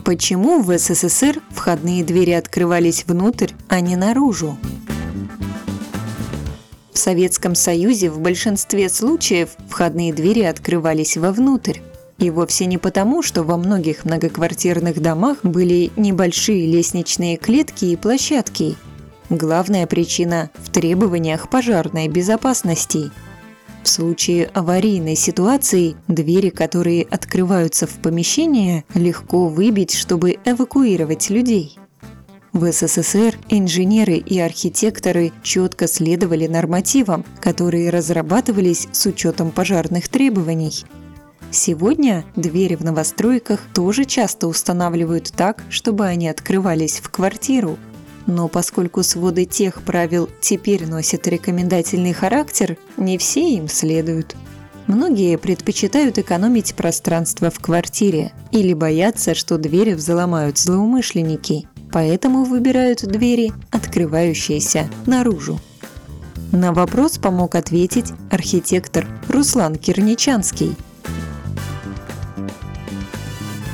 Почему в СССР входные двери открывались внутрь, а не наружу? В Советском Союзе в большинстве случаев входные двери открывались вовнутрь. И вовсе не потому, что во многих многоквартирных домах были небольшие лестничные клетки и площадки. Главная причина в требованиях пожарной безопасности. В случае аварийной ситуации двери, которые открываются в помещение, легко выбить, чтобы эвакуировать людей. В СССР инженеры и архитекторы четко следовали нормативам, которые разрабатывались с учетом пожарных требований. Сегодня двери в новостройках тоже часто устанавливают так, чтобы они открывались в квартиру. Но поскольку своды тех правил теперь носят рекомендательный характер, не все им следуют. Многие предпочитают экономить пространство в квартире или боятся, что двери взломают злоумышленники, поэтому выбирают двери, открывающиеся наружу. На вопрос помог ответить архитектор Руслан Кирничанский.